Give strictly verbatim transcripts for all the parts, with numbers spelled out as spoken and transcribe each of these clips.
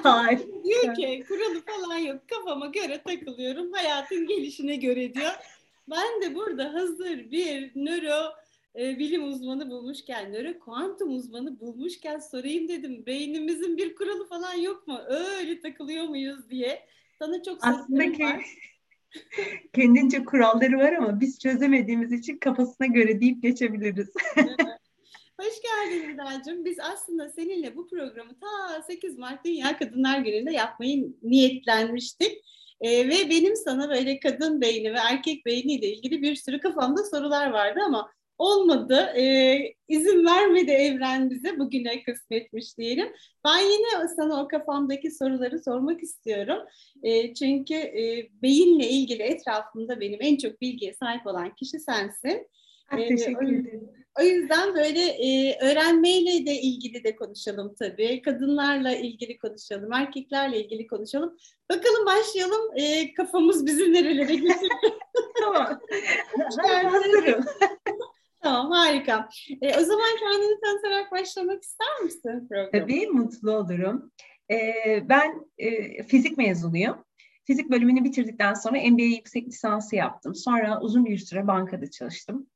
Diyor ki kuralı falan yok. Kafama göre takılıyorum. Hayatın gelişine göre diyor. Ben de burada hazır bir nöro e, bilim uzmanı bulmuşken, nöro kuantum uzmanı bulmuşken sorayım dedim. Beynimizin bir kuralı falan yok mu? Öyle takılıyor muyuz diye. Sana çok Aslında sorularım ki var. kendince kuralları var ama biz çözemediğimiz için kafasına göre deyip geçebiliriz. Hoş geldin Hüdacığım. Biz aslında seninle bu programı ta sekiz Mart Dünya Kadınlar Günü'nde yapmayı niyetlenmiştik. Ee, ve benim sana böyle kadın beyni ve erkek beyniyle ilgili bir sürü kafamda sorular vardı ama olmadı. Ee, izin vermedi evren bize. Bugüne kısmetmiş diyelim. Ben yine sana o kafamdaki soruları sormak istiyorum. Ee, çünkü e, beyinle ilgili etrafımda benim en çok bilgiye sahip olan kişi sensin. Ah, Ee, o teşekkür ederim. o yüzden böyle e, öğrenmeyle de ilgili de konuşalım tabii. Kadınlarla ilgili konuşalım, erkeklerle ilgili konuşalım. Bakalım başlayalım. E, kafamız bizi nerelere götürüyor. Tamam. Yani, Hazırım. tamam, harika. E, o zaman kendini tanıtarak başlamak ister misin programı? Tabii mutlu olurum. Ee, ben e, fizik mezunuyum. Fizik bölümünü bitirdikten sonra M B A yüksek lisansı yaptım. Sonra uzun bir süre bankada çalıştım.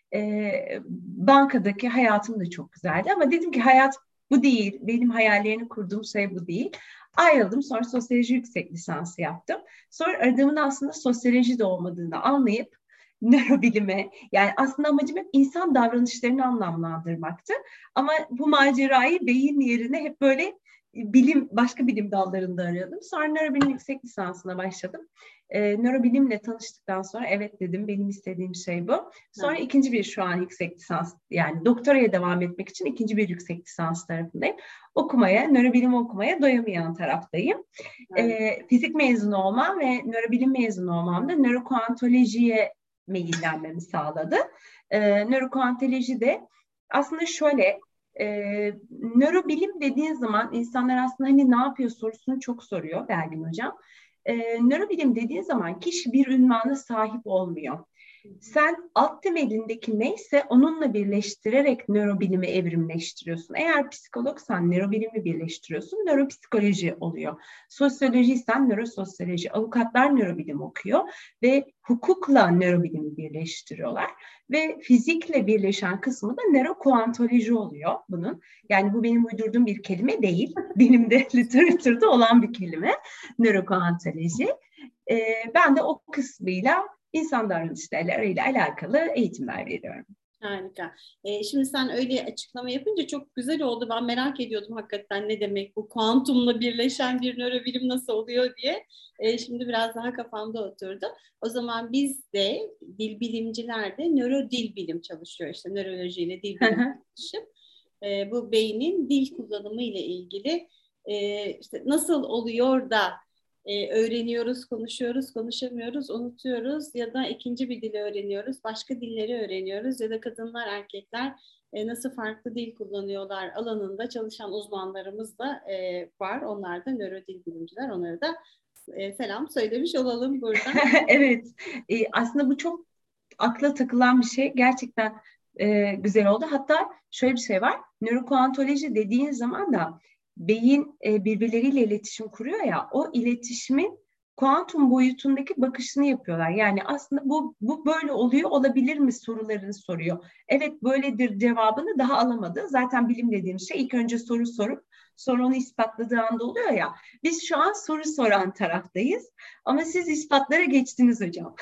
Ee, bankadaki hayatım da çok güzeldi ama dedim ki hayat bu değil. Benim hayallerini kurduğum şey bu değil. Ayrıldım. Sonra sosyoloji yüksek lisansı yaptım. Sonra aradığımın aslında sosyoloji de olmadığını anlayıp nörobilime, yani aslında amacım hep insan davranışlarını anlamlandırmaktı. Ama bu macerayı beyin yerine hep böyle bilim, başka bilim dallarında arıyordum. Sonra nörobilim yüksek lisansına başladım. E, nörobilimle tanıştıktan sonra evet dedim, benim istediğim şey bu. Sonra Ha, ikinci bir şu an yüksek lisans, yani doktoraya devam etmek için ikinci bir yüksek lisans tarafındayım. Okumaya, nörobilim okumaya doyamayan taraftayım. ha. E, fizik mezunu olmam ve nörobilim mezunu olmam da nörokuantolojiye meyillenmemi sağladı. E, nörokuantoloji de aslında şöyle, e, nörobilim dediğin zaman insanlar aslında hani ne yapıyor sorusunu çok soruyor Belgin Hocam. E, nörobilim dediğin zaman kişi bir ünvana sahip olmuyor. Sen alt temelindeki neyse onunla birleştirerek nörobilimi evrimleştiriyorsun. Eğer psikologsan nörobilimi birleştiriyorsun, nöropsikoloji oluyor. Sosyolojiysen nörososyoloji, avukatlar nörobilim okuyor ve hukukla nörobilimi birleştiriyorlar. Ve fizikle birleşen kısmı da nörokuantoloji oluyor bunun. Yani bu benim uydurduğum bir kelime değil. Benim de literatürde olan bir kelime. Nörokuantoloji. Ee, ben de o kısmıyla insan davranışlarıyla alakalı eğitimler veriyorum. Harika. Ee, şimdi sen öyle açıklama yapınca çok güzel oldu. Ben merak ediyordum hakikaten ne demek bu kuantumla birleşen bir nörobilim nasıl oluyor diye. Ee, şimdi biraz daha kafamda oturdu. O zaman biz de dil bilimciler de nöro dil bilim çalışıyor. İşte nörolojiyle dil bilim çalışıp e, bu beynin dil kullanımı ile ilgili e, işte nasıl oluyor da e, öğreniyoruz, konuşuyoruz, konuşamıyoruz, unutuyoruz ya da ikinci bir dili öğreniyoruz, başka dilleri öğreniyoruz ya da kadınlar, erkekler e, nasıl farklı dil kullanıyorlar alanında çalışan uzmanlarımız da e, var. Onlar da nörodil bilimciler. Onlara da e, selam söylemiş olalım burada. Evet, e, aslında bu çok akla takılan bir şey. Gerçekten e, güzel oldu. Hatta şöyle bir şey var. Nörokuantoloji dediğin zaman da beyin e, birbirleriyle iletişim kuruyor ya, o iletişimin kuantum boyutundaki bakışını yapıyorlar. Yani aslında bu, bu böyle oluyor olabilir mi sorularını soruyor. Evet böyledir cevabını daha alamadı. Zaten bilim dediğimiz şey ilk önce soru sorup sonra onu ispatladığı anda oluyor ya. Biz şu an soru soran taraftayız. Ama siz ispatlara geçtiniz hocam.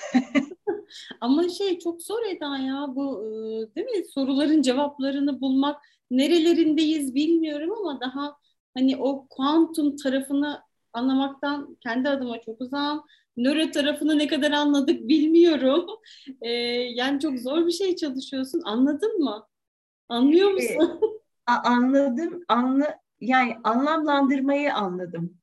Ama şey çok zor Eda ya bu e, değil mi? Soruların cevaplarını bulmak nerelerindeyiz bilmiyorum ama daha hani o kuantum tarafını anlamaktan kendi adıma çok uzağım. Nöro tarafını ne kadar anladık bilmiyorum. E, yani çok zor bir şey çalışıyorsun. Anladın mı? Anlıyor E, musun? a- anladım, anla, yani anlamlandırmayı anladım.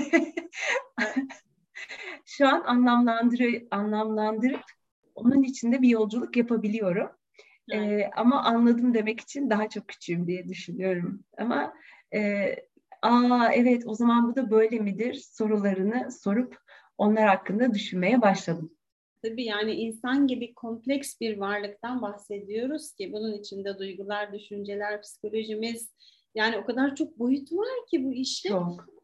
Şu an anlamlandır anlamlandırıp onun içinde bir yolculuk yapabiliyorum. Yani, E, ama anladım demek için daha çok küçüğüm diye düşünüyorum. Ama e, aa evet o zaman bu da böyle midir sorularını sorup onlar hakkında düşünmeye başladım. tabii yani insan gibi kompleks bir varlıktan bahsediyoruz ki bunun içinde duygular, düşünceler, psikolojimiz yani o kadar çok boyut var ki bu işte. Çok.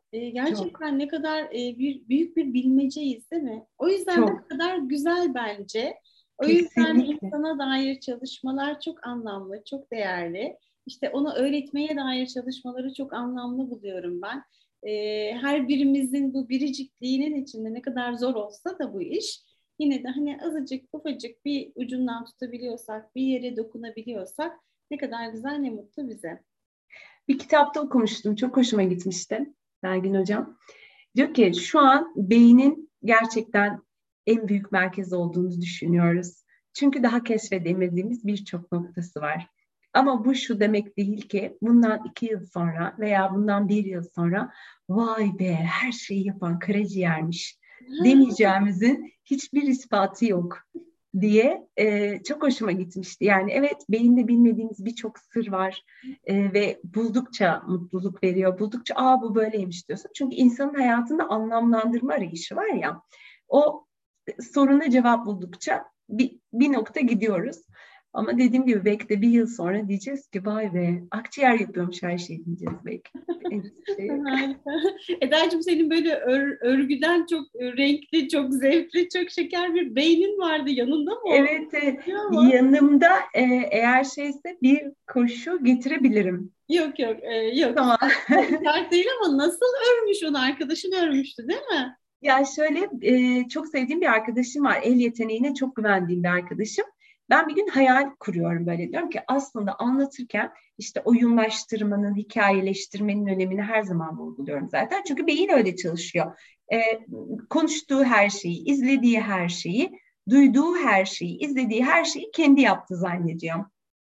E, Çok, gerçekten ne kadar e, bir büyük bir bilmeceyiz değil mi? O yüzden de çok. ne kadar güzel bence. O yüzden Kesinlikle. insana dair çalışmalar çok anlamlı, çok değerli. İşte onu öğretmeye dair çalışmaları çok anlamlı buluyorum ben. E, her birimizin bu biricikliğinin içinde ne kadar zor olsa da bu iş, yine de hani azıcık ufacık bir ucundan tutabiliyorsak, bir yere dokunabiliyorsak ne kadar güzel, ne mutlu bize. Bir kitapta okumuştum. Çok hoşuma gitmişti Belgin Hocam. Diyor ki şu an beynin gerçekten en büyük merkez olduğunu düşünüyoruz. Çünkü daha keşfedemediğimiz birçok noktası var. Ama bu şu demek değil ki bundan iki yıl sonra veya bundan bir yıl sonra vay be her şeyi yapan karaciğermiş demeyeceğimizin hiçbir ispatı yok diye e, çok hoşuma gitmişti. Yani evet beyinde bilmediğimiz birçok sır var e, ve buldukça mutluluk veriyor. Buldukça aa bu böyleymiş diyorsun. Çünkü insanın hayatında anlamlandırma arayışı var ya. O soruna cevap buldukça bir, bir nokta gidiyoruz. Ama dediğim gibi belki de bir yıl sonra diyeceğiz ki vay be akciğer yapıyormuş her şeyi diyeceğiz belki. Şey. Harika. Eda'cığım, senin böyle ör, örgüden çok renkli, çok zevkli, çok şeker bir beynin vardı. Yanında mı o? Evet, e, Ama yanımda e, eğer şeyse bir koşu getirebilirim. yok yok e, yok. Tamam. O şart değil ama nasıl örmüş onu? Arkadaşın örmüştü değil mi? Ya şöyle e, çok sevdiğim bir arkadaşım var. El yeteneğine çok güvendiğim bir arkadaşım. Ben bir gün hayal kuruyorum böyle diyorum ki aslında anlatırken işte oyunlaştırmanın, hikayeleştirmenin önemini her zaman vurguluyorum zaten. Çünkü beyin öyle çalışıyor. E, konuştuğu her şeyi, izlediği her şeyi, duyduğu her şeyi, izlediği her şeyi kendi yaptı zannediyor.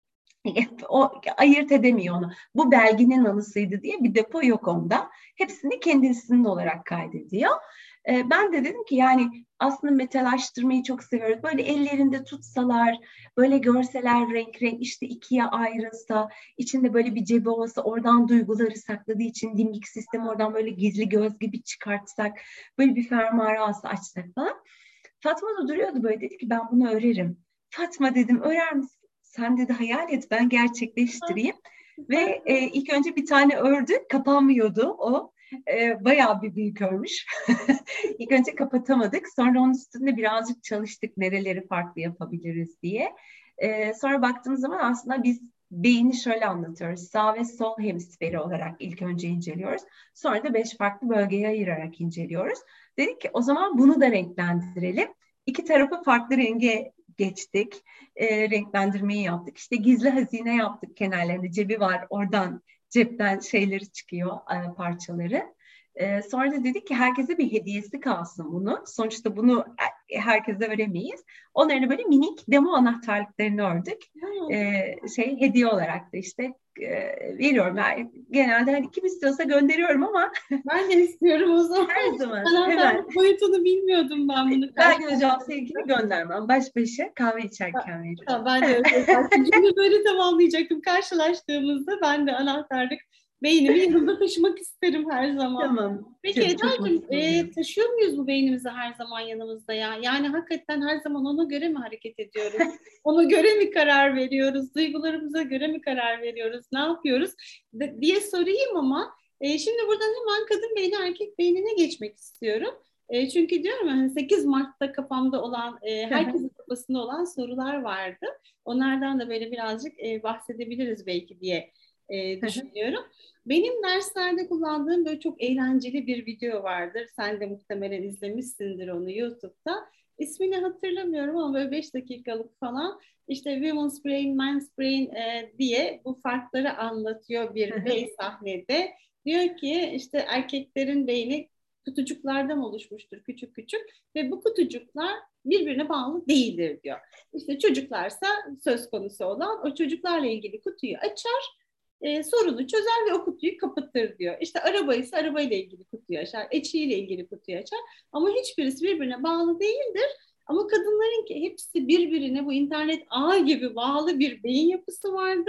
O ayırt edemiyor onu. Bu Belgin'in anısıydı diye bir depo yok onda. Hepsini kendisinin olarak kaydediyor. Ee, ben de dedim ki yani aslında metalaştırmayı çok seviyoruz. Böyle ellerinde tutsalar, böyle görseler renk renk işte ikiye ayrılsa, içinde böyle bir cebi olsa oradan duyguları sakladığı için limbik sistemi oradan böyle gizli göz gibi çıkartsak, böyle bir fermuarı alsa açsak falan. Fatma da duruyordu böyle dedi ki ben bunu örerim. Fatma dedim örer misin? Sen dedi hayal et ben gerçekleştireyim. Ve e, ilk önce bir tane ördü kapanmıyordu o. E, bayağı bir büyük örmüş. İlk önce kapatamadık. Sonra onun üstünde birazcık çalıştık nereleri farklı yapabiliriz diye. E, sonra baktığımız zaman aslında biz beyni şöyle anlatıyoruz. Sağ ve sol hemisferi olarak ilk önce inceliyoruz. Sonra da beş farklı bölgeye ayırarak inceliyoruz. Dedik ki o zaman bunu da renklendirelim. İki tarafı farklı renge geçtik. E, renklendirmeyi yaptık. İşte gizli hazine yaptık kenarlarında. Cebi var oradan cepten şeyleri çıkıyor e, parçaları. E, sonra da dedik ki herkese bir hediyesi kalsın bunu. Sonuçta bunu herkese veremeyiz. Onların böyle minik demo anahtarlıklarını ördük. E, şey hediye olarak da işte e, veriyorum. Yani genelde hani kim istiyorsa gönderiyorum ama Ben de istiyorum o zaman. her zaman hemen. Anahtarlık boyutunu bilmiyordum ben bunu Belki hocam karşılaştığımda. sevgili göndermem. Baş başa kahve içerken veririm. Ha, ben de öyle yapacaktım. Cümle böyle tamamlayacaktım. Karşılaştığımızda ben de anahtarlık beynimi yanımda taşımak isterim her zaman. Tamam. Peki Çok, çok Eda'cığım, mutlu e, oluyorum. taşıyor muyuz bu beynimizi her zaman yanımızda ya? Yani hakikaten her zaman ona göre mi hareket ediyoruz? Ona göre mi karar veriyoruz? Duygularımıza göre mi karar veriyoruz? Ne yapıyoruz? De- diye sorayım ama e, şimdi buradan hemen kadın beyni erkek beynine geçmek istiyorum. E, çünkü diyorum ya hani sekiz Mart'ta kafamda olan, e, herkesin kafasında olan sorular vardı. Onlardan da böyle birazcık e, bahsedebiliriz belki diye e, düşünüyorum. Benim derslerde kullandığım böyle çok eğlenceli bir video vardır. Sen de muhtemelen izlemişsindir onu YouTube'da. İsmini hatırlamıyorum ama böyle beş dakikalık falan. İşte Women's Brain, Men's Brain e, diye bu farkları anlatıyor bir bey sahnede. Diyor ki işte erkeklerin beyni kutucuklardan oluşmuştur, küçük küçük, ve bu kutucuklar birbirine bağlı değildir diyor. İşte çocuklarsa söz konusu olan o çocuklarla ilgili kutuyu açar, e, sorunu çözer ve o kutuyu kapatır diyor. İşte araba ise arabayla ilgili kutuyu açar, eşiğiyle ilgili kutuyu açar. Ama hiçbirisi birbirine bağlı değildir. Ama kadınların ki hepsi birbirine bu internet ağı gibi bağlı bir beyin yapısı vardır.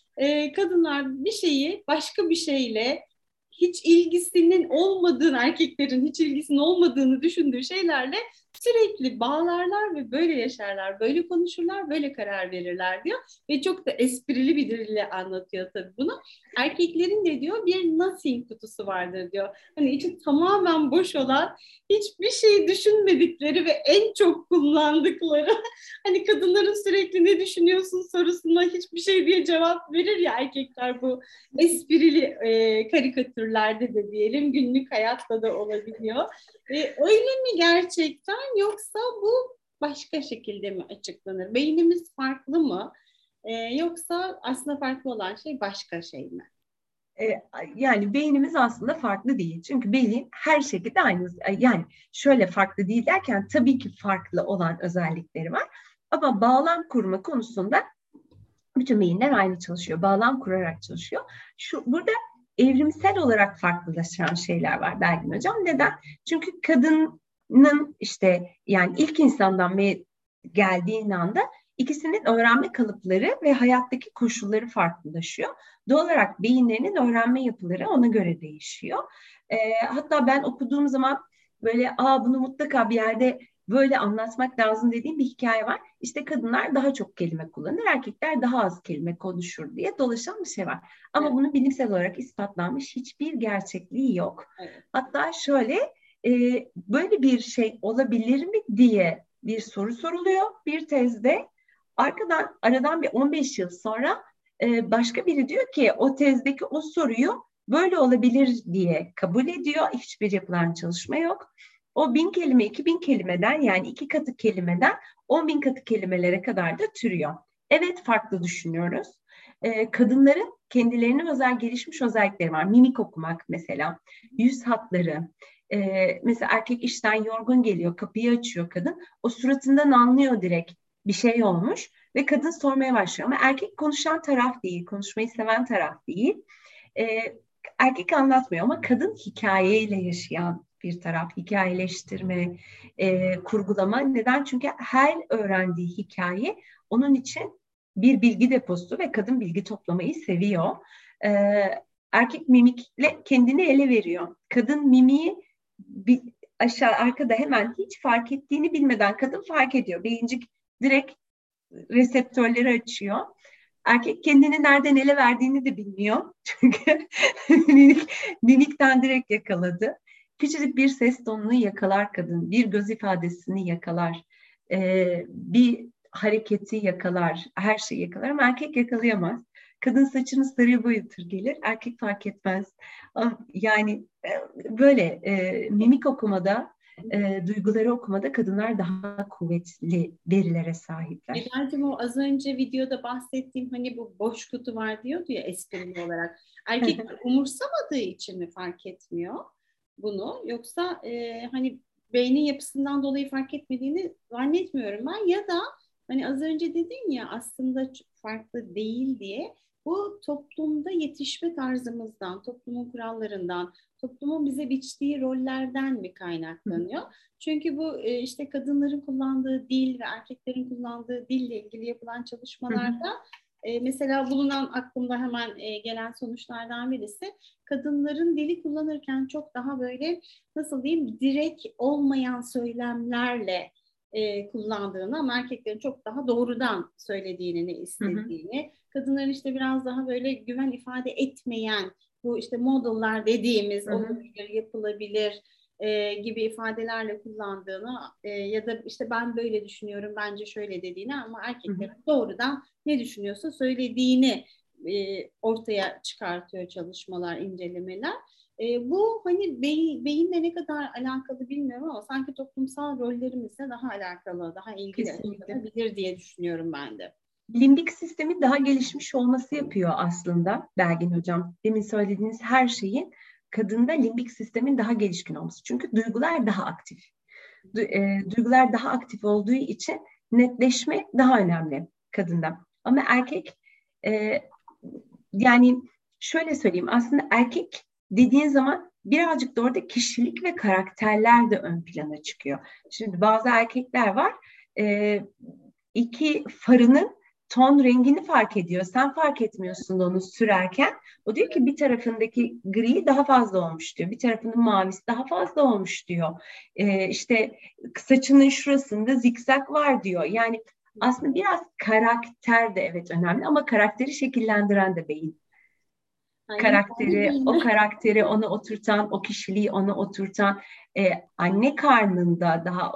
E, kadınlar bir şeyi başka bir şeyle, hiç ilgisinin olmadığını, erkeklerin hiç ilgisinin olmadığını düşündüğü şeylerle sürekli bağlarlar ve böyle yaşarlar, böyle konuşurlar, böyle karar verirler diyor. Ve çok da esprili bir dille anlatıyor tabii bunu. Erkeklerin de diyor bir nothing kutusu vardır diyor. Hani içi tamamen boş olan, hiçbir şey düşünmedikleri ve en çok kullandıkları, hani kadınların sürekli ne düşünüyorsun sorusuna hiçbir şey diye cevap verir ya erkekler, bu esprili e, karikatürlerde de diyelim, günlük hayatta da olabiliyor. E, öyle mi gerçekten, yoksa bu başka şekilde mi açıklanır? Beynimiz farklı mı? E, yoksa aslında farklı olan şey başka şey mi? E, yani beynimiz aslında farklı değil. Çünkü beyin her şekilde aynı. Yani şöyle farklı değil derken tabii ki farklı olan özellikleri var. Ama bağlam kurma konusunda bütün beyinler aynı çalışıyor. Bağlam kurarak çalışıyor. Şu burada evrimsel olarak farklılaşan şeyler var Belgin Hocam. Neden? Çünkü kadının işte yani ilk insandan ve geldiğin anda ikisinin öğrenme kalıpları ve hayattaki koşulları farklılaşıyor. Doğal olarak beyinlerinin öğrenme yapıları ona göre değişiyor. E, hatta ben okuduğum zaman böyle aa bunu mutlaka bir yerde böyle anlatmak lazım dediğim bir hikaye var. İşte kadınlar daha çok kelime kullanır, erkekler daha az kelime konuşur diye dolaşan bir şey var. Ama Evet. bunun bilimsel olarak ispatlanmış hiçbir gerçekliği yok. Evet. Hatta şöyle e, böyle bir şey olabilir mi diye bir soru soruluyor bir tezde. Arkadan aradan bir on beş yıl sonra e, başka biri diyor ki o tezdeki o soruyu böyle olabilir diye kabul ediyor. Hiçbir yapılan çalışma yok. O bin kelime, iki bin kelimeden yani iki katı kelimeden on bin katı kelimelere kadar da türüyor. Evet farklı düşünüyoruz. Ee, kadınların kendilerine özel gelişmiş özellikleri var. Mimik okumak mesela, yüz hatları. Ee, mesela erkek işten yorgun geliyor, kapıyı açıyor kadın. O suratından anlıyor direkt bir şey olmuş ve kadın sormaya başlıyor. Ama erkek konuşan taraf değil, konuşmayı seven taraf değil. Ee, erkek anlatmıyor ama kadın hikayeyle yaşayan bir taraf, hikayeleştirme, e, kurgulama. Neden? Çünkü her öğrendiği hikaye onun için bir bilgi deposu ve kadın bilgi toplamayı seviyor. E, erkek mimikle kendini ele veriyor. Kadın mimiği bir, aşağı arkada hemen hiç fark ettiğini bilmeden kadın fark ediyor. Beyincik direkt reseptörleri açıyor. Erkek kendini nereden ele verdiğini de bilmiyor. Çünkü mimik, mimikten direkt yakaladı. Küçücük bir ses tonunu yakalar kadın, bir göz ifadesini yakalar, e, bir hareketi yakalar, her şeyi yakalar ama erkek yakalayamaz. Kadın saçını sarıya boyatır gelir, erkek fark etmez. Yani e, böyle e, mimik okumada, e, duyguları okumada kadınlar daha kuvvetli verilere sahipler. Eda'cığım, o az önce videoda bahsettiğim hani bu boş kutu var diyordu ya esprili olarak. Erkekler umursamadığı için mi fark etmiyor bunu? Yoksa e, hani beynin yapısından dolayı fark etmediğini zannetmiyorum ben. Ya da hani az önce dedin ya aslında çok farklı değil diye. Bu toplumda yetişme tarzımızdan, toplumun kurallarından, toplumun bize biçtiği rollerden mi kaynaklanıyor? Çünkü bu e, işte kadınların kullandığı dil ve erkeklerin kullandığı dille ilgili yapılan çalışmalarda e, mesela bulunan aklımda hemen e, gelen sonuçlardan birisi, kadınların dili kullanırken çok daha böyle nasıl diyeyim direkt olmayan söylemlerle e, kullandığını ama erkeklerin çok daha doğrudan söylediğini, ne istediğini, kadınların işte biraz daha böyle güven ifade etmeyen bu işte model'lar dediğimiz olabilir, yapılabilir e, gibi ifadelerle kullandığını e, ya da işte ben böyle düşünüyorum bence şöyle dediğini ama erkeklerin doğrudan ne düşünüyorsa söylediğini e, ortaya çıkartıyor çalışmalar, incelemeler. E, bu hani beyin, beyinle ne kadar alakalı bilmiyorum ama sanki toplumsal rollerimizle daha alakalı, daha ilgili açıklanabilir diye düşünüyorum ben de. Limbik sistemin daha gelişmiş olması yapıyor aslında Belgin Hocam. Demin söylediğiniz her şeyin kadında limbik sistemin daha gelişkin olması. Çünkü duygular daha aktif. Du- e, duygular daha aktif olduğu için netleşme daha önemli kadında. Ama erkek e, yani şöyle söyleyeyim aslında erkek dediğin zaman birazcık da orada kişilik ve karakterler de ön plana çıkıyor. Şimdi bazı erkekler var e, iki farının ton rengini fark ediyor. Sen fark etmiyorsun da onu sürerken. O diyor ki bir tarafındaki gri daha fazla olmuş diyor. Bir tarafının mavisi daha fazla olmuş diyor. Ee, işte saçının şurasında zikzak var diyor. Yani aslında biraz karakter de evet önemli ama karakteri şekillendiren de beyin. Aynen. Karakteri, o karakteri ona oturtan, o kişiliği ona oturtan, e, anne karnında daha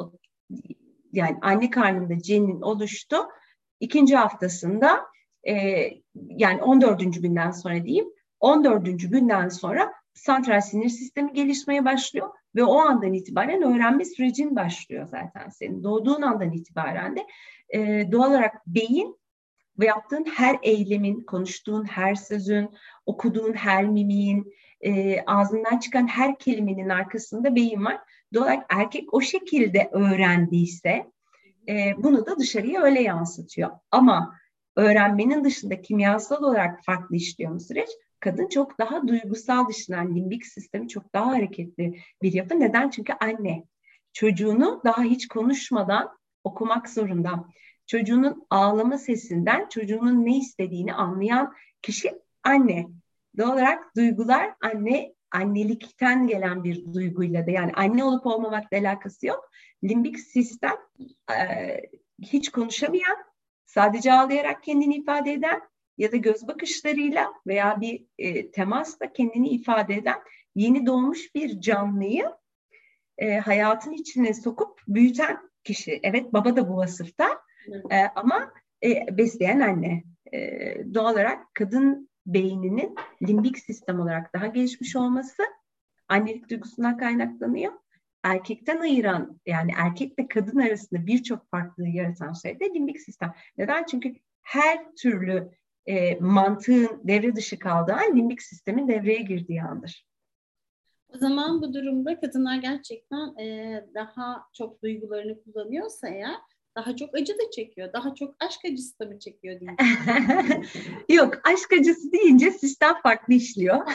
yani anne karnında cenin oluştu. İkinci haftasında e, yani on dördüncü günden sonra diyeyim, on dördüncü günden sonra santral sinir sistemi gelişmeye başlıyor ve o andan itibaren öğrenme sürecin başlıyor zaten senin. Doğduğun andan itibaren de e, doğal olarak beyin ve yaptığın her eylemin, konuştuğun her sözün, okuduğun her mimiğin, e, ağzından çıkan her kelimenin arkasında beyin var. Doğal olarak erkek o şekilde öğrendiyse e, bunu da dışarıya öyle yansıtıyor. Ama öğrenmenin dışında kimyasal olarak farklı işliyor mu süreç? Kadın çok daha duygusal düşünen, limbik sistemi çok daha hareketli bir yapı. Neden? Çünkü anne çocuğunu daha hiç konuşmadan okumak zorunda. Çocuğunun ağlama sesinden çocuğunun ne istediğini anlayan kişi anne. Doğal olarak duygular anne, annelikten gelen bir duyguyla da yani anne olup olmamakla alakası yok. Limbik sistem e, hiç konuşamayan, sadece ağlayarak kendini ifade eden ya da göz bakışlarıyla veya bir e, temasla kendini ifade eden yeni doğmuş bir canlıyı e, hayatın içine sokup büyüten kişi. Evet, baba da bu vasıfta e, ama e, besleyen anne. E, doğal olarak kadın beyninin limbik sistem olarak daha gelişmiş olması annelik duygusundan kaynaklanıyor. Erkekten ayıran yani erkekle kadın arasında birçok farklılığı yaratan şey de limbik sistem. Neden? Çünkü her türlü e, mantığın devre dışı kaldığı an limbik sistemin devreye girdiği andır. O zaman bu durumda kadınlar gerçekten e, daha çok duygularını kullanıyorsa eğer daha çok acı da çekiyor. Daha çok aşk acısı da mı çekiyor diyeceğim. Yok, aşk acısı deyince sistem farklı işliyor.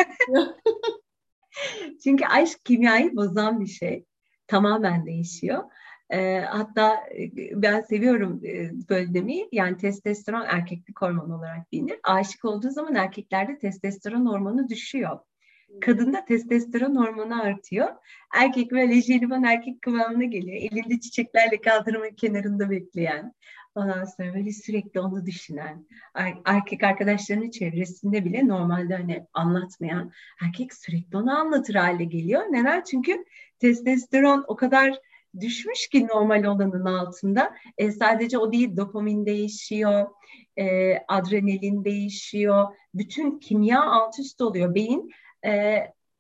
Çünkü aşk kimyayı bozan bir şey. Tamamen değişiyor. E, hatta ben seviyorum e, böyle demeyi. Yani testosteron erkeklik hormonu olarak bilinir. Aşık olduğu zaman erkeklerde testosteron hormonu düşüyor. Kadında testosteron hormonu artıyor. Erkek böyle jelibon erkek kıvamına geliyor. Elinde çiçeklerle kaldırımın kenarında bekleyen. Ondan sonra böyle sürekli onu düşünen. Erkek arkadaşlarının çevresinde bile normalde hani anlatmayan erkek sürekli onu anlatır hale geliyor. Neden? Çünkü testosteron o kadar düşmüş ki normal olanın altında. E, sadece o değil, dopamin değişiyor, e, adrenalin değişiyor. Bütün kimya alt üst oluyor. Beyin e,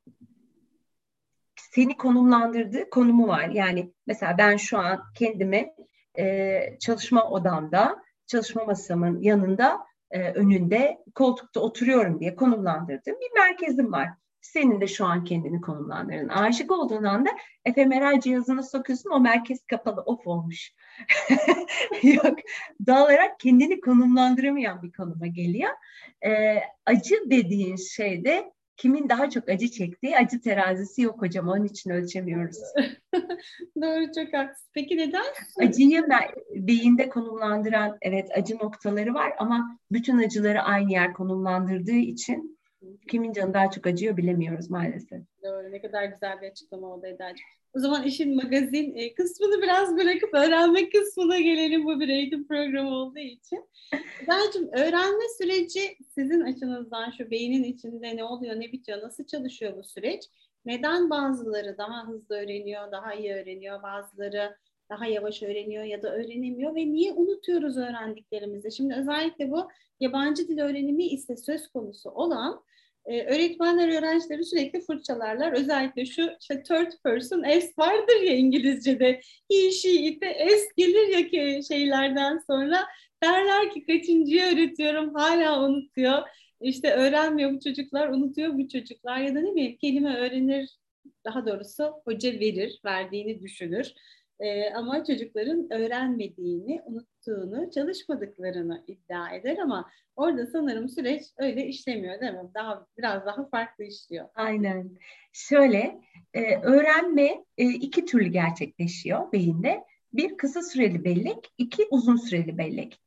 seni konumlandırdığı konumu var. Yani mesela ben şu an kendimi e, çalışma odamda, çalışma masamın yanında, e, önünde, koltukta oturuyorum diye konumlandırdığım bir merkezim var. Senin de şu an kendini konumlandırdın. Aşık olduğun anda efemeral cihazını sokuyorsun, o merkez kapalı, off olmuş. Yok, doğal olarak kendini konumlandıramayan bir konuma geliyor. E, acı dediğin şey de kimin daha çok acı çektiği acı terazisi yok hocam. Onun için ölçemiyoruz. Doğru, çok haklısın. Peki neden? Acıyı beyinde konumlandıran evet acı noktaları var ama bütün acıları aynı yer konumlandırdığı için kimin canı daha çok acıyor bilemiyoruz maalesef. Doğru, ne kadar güzel bir açıklama oldu Eda'cığım. O zaman işin magazin e, kısmını biraz bırakıp öğrenme kısmına gelelim, bu bir eğitim programı olduğu için. Eda'cığım, öğrenme süreci sizin açınızdan şu beynin içinde ne oluyor, ne bitiyor, nasıl çalışıyor bu süreç? Neden bazıları daha hızlı öğreniyor, daha iyi öğreniyor, bazıları daha yavaş öğreniyor ya da öğrenemiyor ve niye unutuyoruz öğrendiklerimizi? Şimdi özellikle bu yabancı dil öğrenimi ise söz konusu olan Ee, öğretmenler öğrencileri sürekli fırçalarlar. Özellikle şu işte third person s vardır ya İngilizce'de. He, she, it'e s gelir ya ki şeylerden sonra. Derler ki kaçıncıyı öğretiyorum, hala unutuyor. İşte öğrenmiyor bu çocuklar, unutuyor bu çocuklar. Ya da ne bileyim, kelime öğrenir, daha doğrusu hoca verir, verdiğini düşünür. Ee, ama çocukların öğrenmediğini, unuttuğunu, çalışmadıklarını iddia eder ama orada sanırım süreç öyle işlemiyor değil mi? Daha biraz daha farklı işliyor. Aynen. Şöyle, e, öğrenme e, iki türlü gerçekleşiyor beyinde. Bir kısa süreli bellek, iki uzun süreli bellek.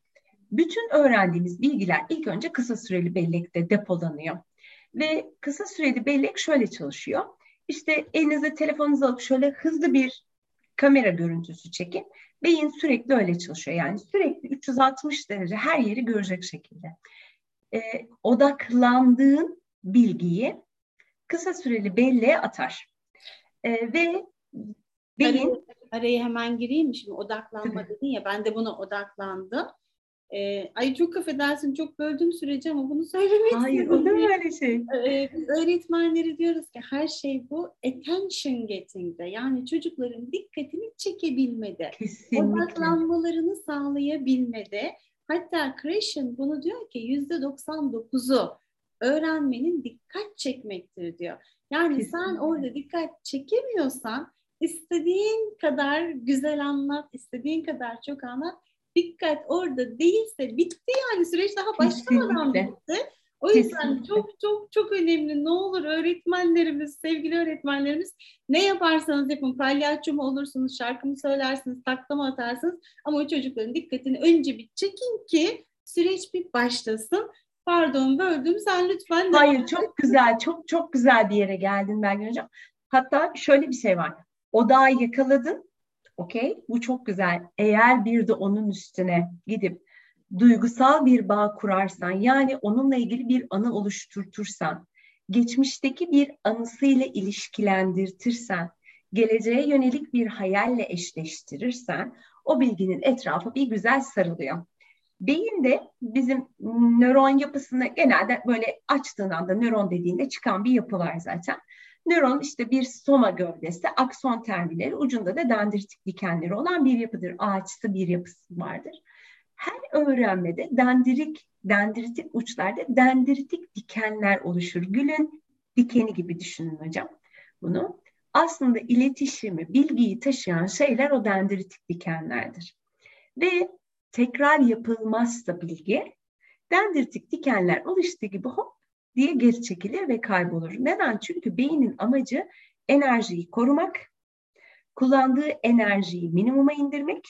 bütün öğrendiğimiz bilgiler ilk önce kısa süreli bellekte depolanıyor. Ve kısa süreli bellek şöyle çalışıyor. İşte elinize telefonunuzu alıp şöyle hızlı bir kamera görüntüsü çekin. Beyin sürekli öyle çalışıyor. Yani sürekli üç yüz altmış derece her yeri görecek şekilde. Ee, odaklandığın bilgiyi kısa süreli belleğe atar. Ee, ve beyin... Araya, araya hemen gireyim mi? Şimdi odaklanma dedin ya, ben de buna odaklandım. Ee, ay çok affedersin, çok böldüm süreci ama bunu söylemek Hayır, istedim. Hayır, olur mu öyle şey? Ee, biz öğretmenleri diyoruz ki her şey bu attention getting'de, yani çocukların dikkatini çekebilmede, Kesinlikle. odaklanmalarını sağlayabilmede. Hatta Krishnan bunu diyor ki yüzde doksan dokuzu öğrenmenin dikkat çekmektir diyor. Yani Kesinlikle. Sen orada dikkat çekemiyorsan istediğin kadar güzel anlat, istediğin kadar çok anlat. Dikkat orada değilse bitti, yani süreç daha başlamadan bitti. O yüzden Kesinlikle. çok çok çok önemli. Ne olur öğretmenlerimiz, sevgili öğretmenlerimiz, ne yaparsanız yapın, palyaço mu olursunuz, şarkı mı söylersiniz, takla mı atarsınız, ama o çocukların dikkatini önce bir çekin ki süreç bir başlasın. Pardon böldüm, sen lütfen devam. Hayır, çok güzel, çok çok güzel bir yere geldin Belgin Hocam. Hatta şöyle bir şey var. Odağı yakaladın. Okey, bu çok güzel. Eğer bir de onun üstüne gidip duygusal bir bağ kurarsan, yani onunla ilgili bir anı oluşturtursan, geçmişteki bir anısıyla ilişkilendirtirsen, geleceğe yönelik bir hayalle eşleştirirsen, o bilginin etrafı bir güzel sarılıyor. Beyinde bizim nöron yapısında genelde böyle açtığın anda nöron dediğinde çıkan bir yapı var zaten. Nöron işte bir soma gövdesi, akson terminleri, ucunda da dendritik dikenleri olan bir yapıdır. Ağaçsı bir yapısı vardır. Her öğrenmede dendrik, dendritik uçlarda dendritik dikenler oluşur. Gülün dikeni gibi düşünün hocam bunu. Aslında iletişimi, bilgiyi taşıyan şeyler o dendritik dikenlerdir. Ve tekrar yapılmazsa bilgi, dendritik dikenler oluştuğu gibi hop diye geri çekilir ve kaybolur. Neden? Çünkü beynin amacı enerjiyi korumak, kullandığı enerjiyi minimuma indirmek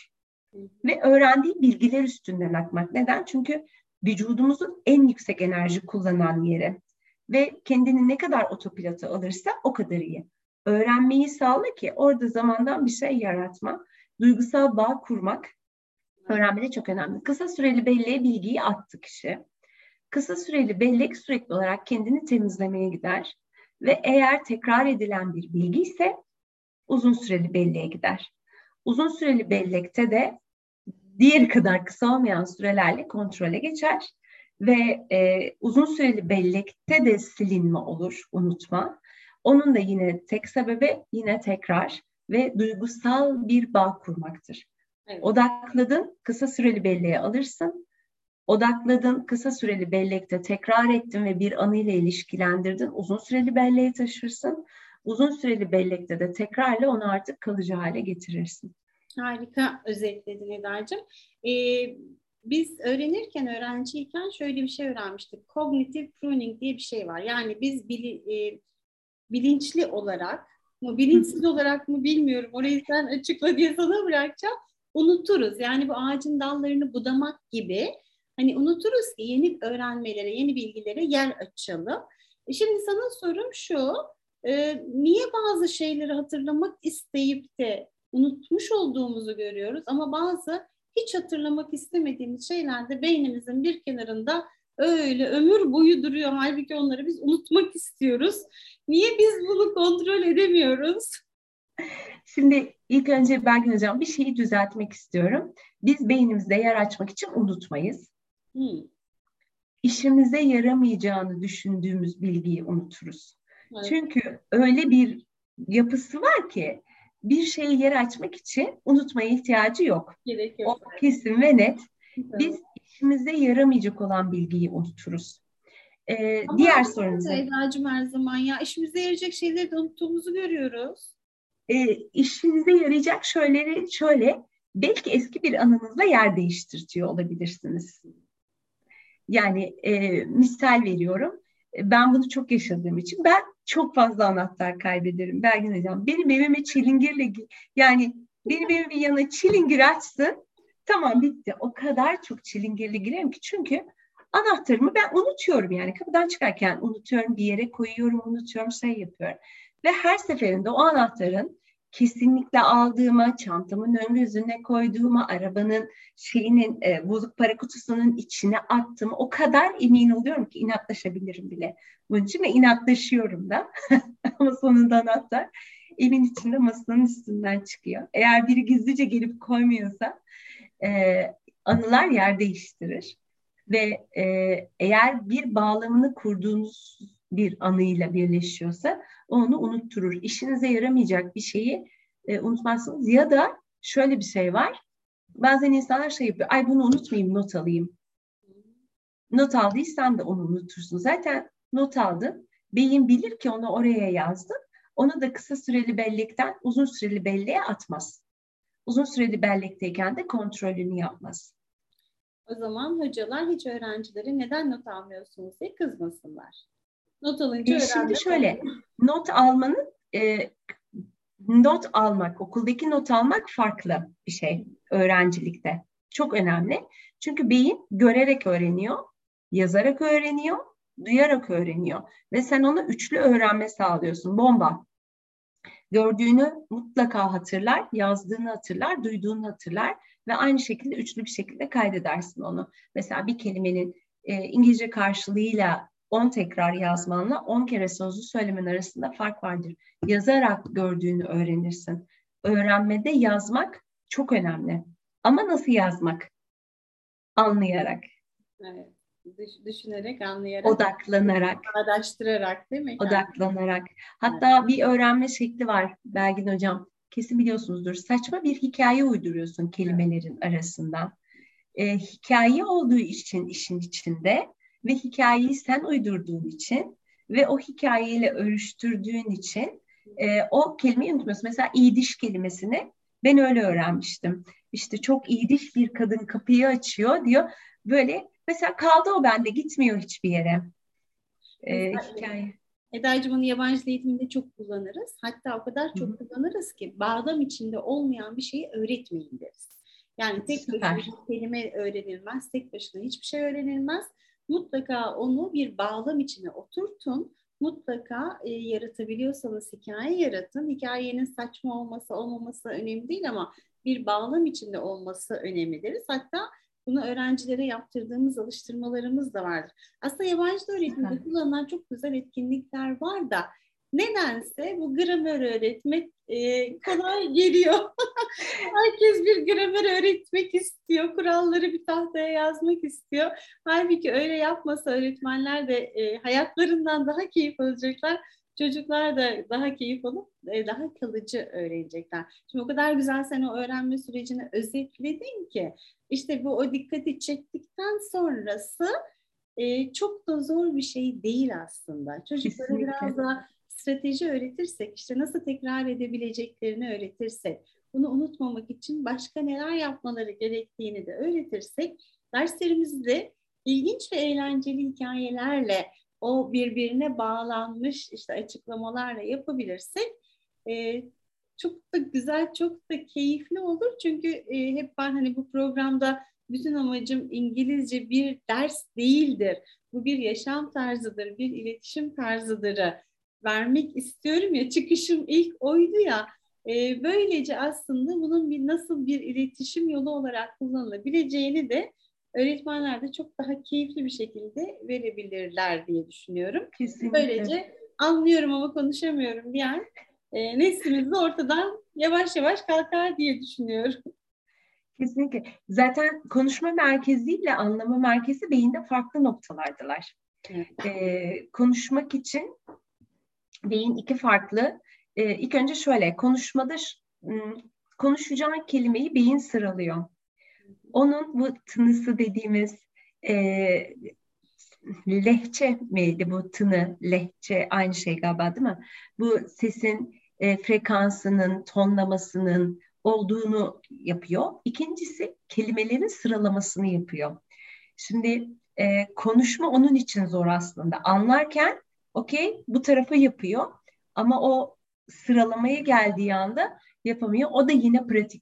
ve öğrendiği bilgiler üstünden akmak. Neden? Çünkü vücudumuzun en yüksek enerji kullanan yeri ve kendini ne kadar otopilota alırsa o kadar iyi. Öğrenmeyi sağla ki orada zamandan bir şey yaratma, duygusal bağ kurmak öğrenmede çok önemli. Kısa süreli belleğe bilgiyi attı kişi. Kısa süreli bellek sürekli olarak kendini temizlemeye gider ve eğer tekrar edilen bir bilgi ise uzun süreli belleğe gider. Uzun süreli bellekte de diğeri kadar kısa olmayan sürelerle kontrole geçer ve e, uzun süreli bellekte de silinme olur, unutma. Onun da yine tek sebebi yine tekrar ve duygusal bir bağ kurmaktır. Evet. Odakladın, kısa süreli belleğe alırsın. Odakladın, kısa süreli bellekte tekrar ettin ve bir anıyla ilişkilendirdin. Uzun süreli belleğe taşırsın. Uzun süreli bellekte de tekrarla onu artık kalıcı hale getirirsin. Harika özetledin Eda'cığım. Ee, biz öğrenirken, öğrenciyken şöyle bir şey öğrenmiştik. Cognitive pruning diye bir şey var. Yani biz bili, e, bilinçli olarak mı, bilinçsiz olarak mı bilmiyorum. Orayı sen açıkla diye sana bırakacağım. Unuturuz. Yani bu ağacın dallarını budamak gibi. Hani unuturuz ki yeni öğrenmelere, yeni bilgilere yer açalım. E şimdi sana sorum şu. E, niye bazı şeyleri hatırlamak isteyip de unutmuş olduğumuzu görüyoruz ama bazı hiç hatırlamak istemediğimiz şeyler de beynimizin bir kenarında öyle ömür boyu duruyor. Halbuki onları biz unutmak istiyoruz. Niye biz bunu kontrol edemiyoruz? Şimdi ilk önce Belgin Hocam bir şeyi düzeltmek istiyorum. Biz beynimizde yer açmak için unutmayız. Hmm. İşimize yaramayacağını düşündüğümüz bilgiyi unuturuz. Evet. Çünkü öyle bir yapısı var ki bir şeyi yer açmak için unutmaya ihtiyacı yok. Gerek yok. O kesin ve net. Biz işimize yaramayacak olan bilgiyi unuturuz. Ee, Ama diğer sorumuza. Eda'cığım her zaman ya işimize yarayacak şeyleri de unuttuğumuzu görüyoruz. E, işinize yarayacak şeyleri şöyle, belki eski bir anınızla yer değiştirtiyor olabilirsiniz. Yani e, misal veriyorum, ben bunu çok yaşadığım için ben çok fazla anahtar kaybederim Belgin Hocam. Benim evime çilingirle, yani benim evimin yanına çilingir açsın, Tamam, bitti. O kadar çok çilingirli girerim ki, çünkü anahtarımı ben unutuyorum, yani kapıdan çıkarken unutuyorum, bir yere koyuyorum, unutuyorum, şey yapıyorum. Ve her seferinde o anahtarın kesinlikle aldığıma, çantamın ön gözüne koyduğuma, arabanın şeyinin e, bozuk para kutusunun içine attığıma o kadar emin oluyorum ki inatlaşabilirim bile bunun için, ve inatlaşıyorum da. Ama sonunda anahtar evin içinde masanın üstünden çıkıyor. Eğer biri gizlice gelip koymuyorsa e, anılar yer değiştirir. Ve e, eğer bir bağlamını kurduğunuz bir anıyla birleşiyorsa onu unutturur. İşinize yaramayacak bir şeyi e, unutmazsınız. Ya da şöyle bir şey var. Bazen insanlar şey yapıyor. Ay, bunu unutmayayım, not alayım. Not aldıysan da onu unutursun. Zaten not aldın. Beyin bilir ki onu oraya yazdın. Onu da kısa süreli bellekten uzun süreli belleğe atmaz. Uzun süreli bellekteyken de kontrolünü yapmaz. O zaman hocalar hiç öğrencilere neden not almıyorsunuz diye kızmasınlar. Not alınca E şimdi öğrenme şöyle, oluyor. not almanın, e, not almak, okuldaki not almak farklı bir şey öğrencilikte. Çok önemli. Çünkü beyin görerek öğreniyor, yazarak öğreniyor, duyarak öğreniyor. Ve sen ona üçlü öğrenme sağlıyorsun. Bomba. Gördüğünü mutlaka hatırlar, yazdığını hatırlar, duyduğunu hatırlar ve aynı şekilde üçlü bir şekilde kaydedersin onu. Mesela bir kelimenin e, İngilizce karşılığıyla on tekrar yazmanla on kere sözlü söylemen arasında fark vardır. Yazarak gördüğünü öğrenirsin. Öğrenmede yazmak çok önemli. Ama nasıl yazmak? Anlayarak, Evet. Düş- düşünerek, anlayarak, odaklanarak. araştırarak, değil mi? Yani, Odaklanarak. Hatta bir öğrenme şekli var Belgin Hocam. Kesin biliyorsunuzdur. Saçma bir hikaye uyduruyorsun kelimelerin arasından. Ee, hikaye olduğu için işin içinde ve hikayeyi sen uydurduğun için ve o hikayeyle örüştürdüğün için e, o kelimeyi unutmuyorsun. Mesela iyiliş kelimesini ben öyle öğrenmiştim. İşte çok iyiliş bir kadın kapıyı açıyor diyor. Böyle mesela kaldı o bende, gitmiyor hiçbir yere. Ee, mesela hikaye. Eda'cığım onu yabancı dil eğitiminde çok kullanırız. Hatta o kadar Hı hı. çok kullanırız ki bağlam içinde olmayan bir şeyi öğretmeyin deriz. Yani tek başına Süper. bir kelime öğrenilmez, tek başına hiçbir şey öğrenilmez. Mutlaka onu bir bağlam içine oturtun. Mutlaka e, yaratabiliyorsanız hikaye yaratın. Hikayenin saçma olması olmaması önemli değil ama bir bağlam içinde olması önemli deriz. Hatta bunu öğrencilere yaptırdığımız alıştırmalarımız da vardır. Aslında yabancı dil öğretiminde kullanılan çok güzel etkinlikler var da nedense bu gramer öğretmek e, kolay geliyor. Herkes bir gramer öğretmek istiyor. Kuralları bir tahtaya yazmak istiyor. Halbuki öyle yapmasa öğretmenler de e, hayatlarından daha keyif alacaklar. Çocuklar da daha keyif alıp e, daha kalıcı öğrenecekler. Şimdi o kadar güzel sen o öğrenme sürecini özetledin ki işte bu o dikkati çektikten sonrası e, çok da zor bir şey değil aslında. Çocuklara Kesinlikle. biraz daha strateji öğretirsek, işte nasıl tekrar edebileceklerini öğretirsek, bunu unutmamak için başka neler yapmaları gerektiğini de öğretirsek, derslerimizi de ilginç ve eğlenceli hikayelerle, o birbirine bağlanmış işte açıklamalarla yapabilirsek, e, çok da güzel, çok da keyifli olur. Çünkü e, hep ben hani bu programda bütün amacım İngilizce bir ders değildir. Bu bir yaşam tarzıdır, bir iletişim tarzıdır. Vermek istiyorum ya, çıkışım ilk oydu ya. E, böylece aslında bunun bir nasıl bir iletişim yolu olarak kullanılabileceğini de öğretmenler de çok daha keyifli bir şekilde verebilirler diye düşünüyorum. Kesinlikle. Böylece anlıyorum ama konuşamıyorum diyen e, neslimiz de ortadan yavaş yavaş kalkar diye düşünüyorum. Kesinlikle. Zaten konuşma merkeziyle anlama merkezi beyinde farklı noktalardılar. Evet. Ee, konuşmak için beyin iki farklı. Ee, ilk önce şöyle, konuşmada konuşacağın kelimeyi beyin sıralıyor. Onun bu tınısı dediğimiz e, lehçe miydi bu, tını, lehçe aynı şey galiba değil mi? Bu sesin e, frekansının, tonlamasının olduğunu yapıyor. İkincisi kelimelerin sıralamasını yapıyor. Şimdi e, konuşma onun için zor aslında. Anlarken okey bu tarafı yapıyor ama o sıralamaya geldiği anda yapamıyor. O da yine pratik.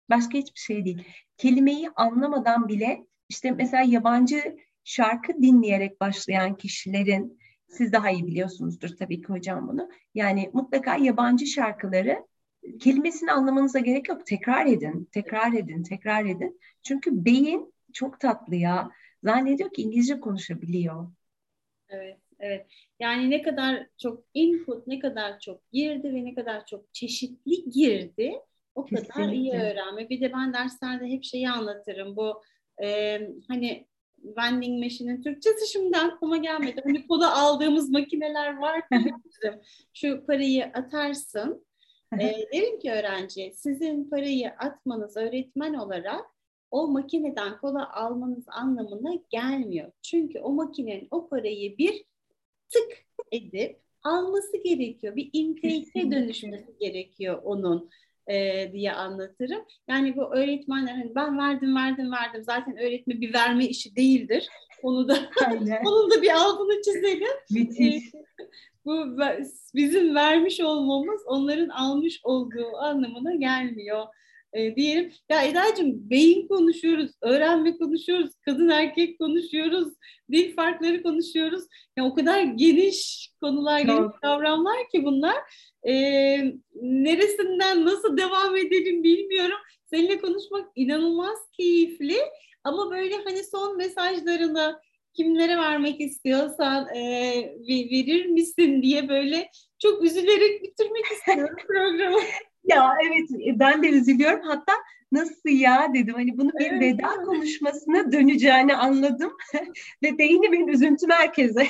Başka hiçbir şey değil. Kelimeyi anlamadan bile işte mesela yabancı şarkı dinleyerek başlayan kişilerin, siz daha iyi biliyorsunuzdur tabii ki hocam bunu. Yani mutlaka yabancı şarkıları kelimesini anlamanıza gerek yok. Tekrar edin, tekrar edin, tekrar edin. Çünkü beyin çok tatlı ya. Zannediyor ki İngilizce konuşabiliyor. Evet, evet. Yani ne kadar çok input, ne kadar çok girdi ve ne kadar çok çeşitli girdi, o kadar iyi Kesinlikle. öğrenme. Bir de ben derslerde hep şeyi anlatırım. Bu e, hani vending machine'in Türkçesi şimdi aklıma gelmedi. Hani kola aldığımız makineler vardır ya bizim. Şu parayı atarsın. E, derim ki öğrenciye, sizin parayı atmanız öğretmen olarak o makineden kola almanız anlamına gelmiyor. Çünkü o makinenin o parayı bir tık edip alması gerekiyor. Bir intake'e Kesinlikle. dönüşmesi gerekiyor onun e, diye anlatırım. Yani bu öğretmenler hani ben verdim verdim verdim zaten öğretme bir verme işi değildir. Onu da Aynen. onun da bir altını çizelim. E, Müthiş. bu bizim vermiş olmamız onların almış olduğu anlamına gelmiyor e, diyelim. Ya Eda'cığım beyin konuşuyoruz, öğrenme konuşuyoruz, kadın erkek konuşuyoruz, dil farkları konuşuyoruz. Ya o kadar geniş konular, geniş Çok. kavramlar ki bunlar. E, neresinden nasıl devam edelim bilmiyorum. Seninle konuşmak inanılmaz keyifli. Ama böyle hani son mesajlarını kimlere vermek istiyorsan e, verir misin diye böyle çok üzülerek bitirmek istiyorum programı. Ya evet, e, ben de üzülüyorum. Hatta nasıl ya dedim, hani bunu bir Evet, değil veda mi? konuşmasına döneceğini anladım ve beynimin üzüntü merkezi.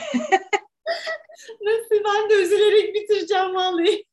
Nasıl ben de üzülerek bitireceğim vallahi.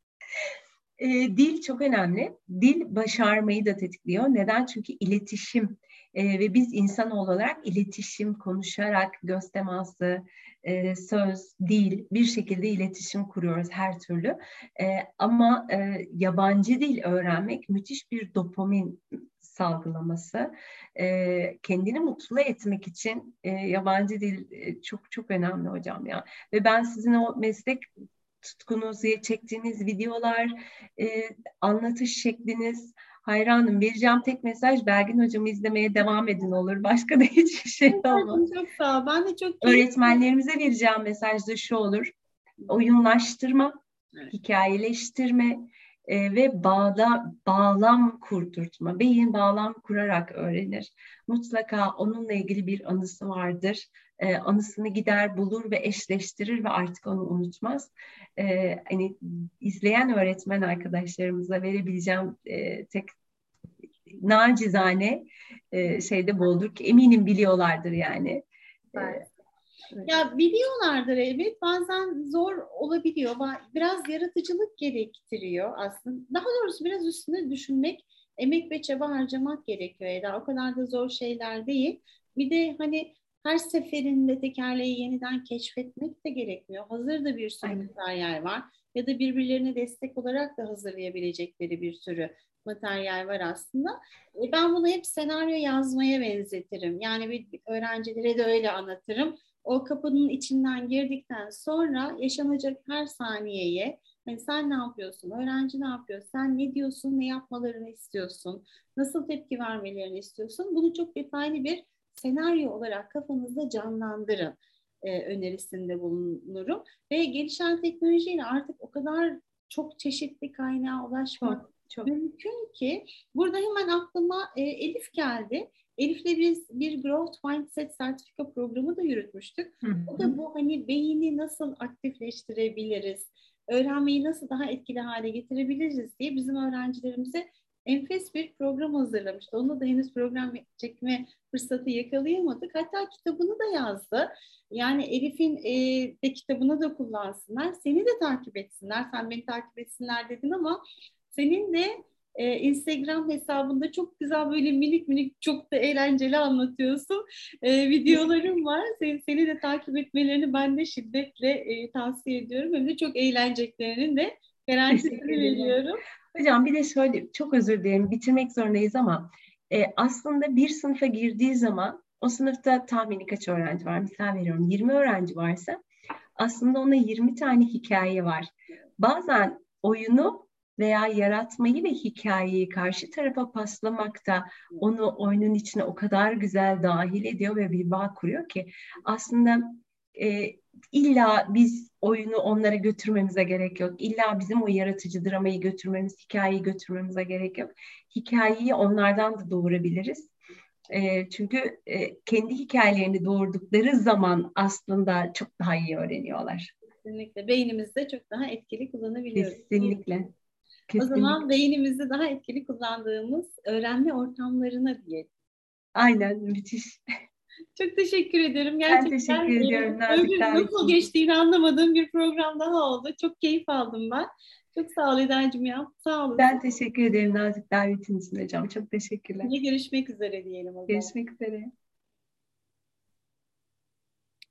E, dil çok önemli. Dil başarmayı da tetikliyor. Neden? Çünkü iletişim e, ve biz insan olarak iletişim, konuşarak, göz teması, e, söz, dil bir şekilde iletişim kuruyoruz her türlü. E, ama e, yabancı dil öğrenmek müthiş bir dopamin salgılaması. E, kendini mutlu etmek için e, yabancı dil e, çok çok önemli hocam ya. Ve ben sizin o meslek tutkunuzu, çektiğiniz videolar, e, anlatış şekliniz hayranım. Vereceğim tek mesaj, Belgin hocamı izlemeye devam edin olur. Başka da hiçbir şey olmaz. Çok sağ ol. Ben de çok keyif. Öğretmenlerimize vereceğim mesaj da şu olur: oyunlaştırma, Evet. hikayeleştirme e, ve bağda bağlam kurdurtma. Beyin bağlam kurarak öğrenir. Mutlaka onunla ilgili bir anısı vardır. E, anısını gider bulur ve eşleştirir ve artık onu unutmaz. E, hani izleyen öğretmen arkadaşlarımıza verebileceğim e, tek nacizane e, şeyde bu olur ki eminim biliyorlardır yani. E, evet. Ya biliyorlardır evet. Bazen zor olabiliyor. Biraz yaratıcılık gerektiriyor aslında. Daha doğrusu biraz üstüne düşünmek, emek ve çaba harcamak gerekiyor Eda. O kadar da zor şeyler değil. Bir de hani her seferinde tekerleği yeniden keşfetmek de gerekmiyor. Hazır da bir sürü Aynen. materyal var. Ya da birbirlerine destek olarak da hazırlayabilecekleri bir sürü materyal var aslında. E, Ben bunu hep senaryo yazmaya benzetirim. Yani bir öğrencilere de öyle anlatırım. O kapının içinden girdikten sonra yaşanacak her saniyeye hani sen ne yapıyorsun, öğrenci ne yapıyor, sen ne diyorsun, ne yapmalarını istiyorsun, nasıl tepki vermelerini istiyorsun, bunu çok detaylı bir senaryo olarak kafanızda canlandırın e, önerisinde bulunurum. Ve gelişen teknolojiyle artık o kadar çok çeşitli kaynağa ulaşmak Çok çok. mümkün ki burada hemen aklıma e, Elif geldi. Elif'le biz bir Growth Mindset sertifika programı da yürütmüştük. Hı O hı. da bu hani beyni nasıl aktifleştirebiliriz, öğrenmeyi nasıl daha etkili hale getirebiliriz diye bizim öğrencilerimize enfes bir program hazırlamıştı. Onunla da henüz program çekme fırsatı yakalayamadık. Hatta kitabını da yazdı. Yani Elif'in e, de kitabını da kullansınlar. Seni de takip etsinler. Sen beni takip etsinler dedin ama senin de e, Instagram hesabında çok güzel böyle minik minik çok da eğlenceli anlatıyorsun. E, videolarım var. Seni, seni de takip etmelerini ben de şiddetle e, tavsiye ediyorum. Hem de çok eğleneceklerinin de garantisini Teşekkür ederim. veriyorum. Hocam bir de şöyle, çok özür dilerim, bitirmek zorundayız ama e, aslında bir sınıfa girdiği zaman o sınıfta tahmini kaç öğrenci var? Misal veriyorum, yirmi öğrenci varsa aslında ona yirmi tane hikaye var. Bazen oyunu veya yaratmayı ve hikayeyi karşı tarafa paslamakta onu oyunun içine o kadar güzel dahil ediyor ve bir bağ kuruyor ki aslında e, illa biz oyunu onlara götürmemize gerek yok. İlla bizim o yaratıcı dramayı götürmemiz, hikayeyi götürmemize gerek yok. Hikayeyi onlardan da doğurabiliriz. E, çünkü e, kendi hikayelerini doğurdukları zaman aslında çok daha iyi öğreniyorlar. Kesinlikle. Beynimizde çok daha etkili kullanabiliyoruz. Kesinlikle. O zaman Kesinlikle. beynimizi daha etkili kullandığımız öğrenme ortamlarına diyelim. Aynen, müthiş. Çok teşekkür ederim. Ben Gerçekten teşekkür e, ediyorum nazik ömrüm nasıl davetin için. geçtiğini anlamadığım bir program daha oldu. Çok keyif aldım ben. Çok sağ ol Eda'cığım ya. Sağ olasın. Ben teşekkür ederim nazik davetin için hocam. Çok teşekkürler. Yine görüşmek üzere diyelim o zaman. Görüşmek üzere.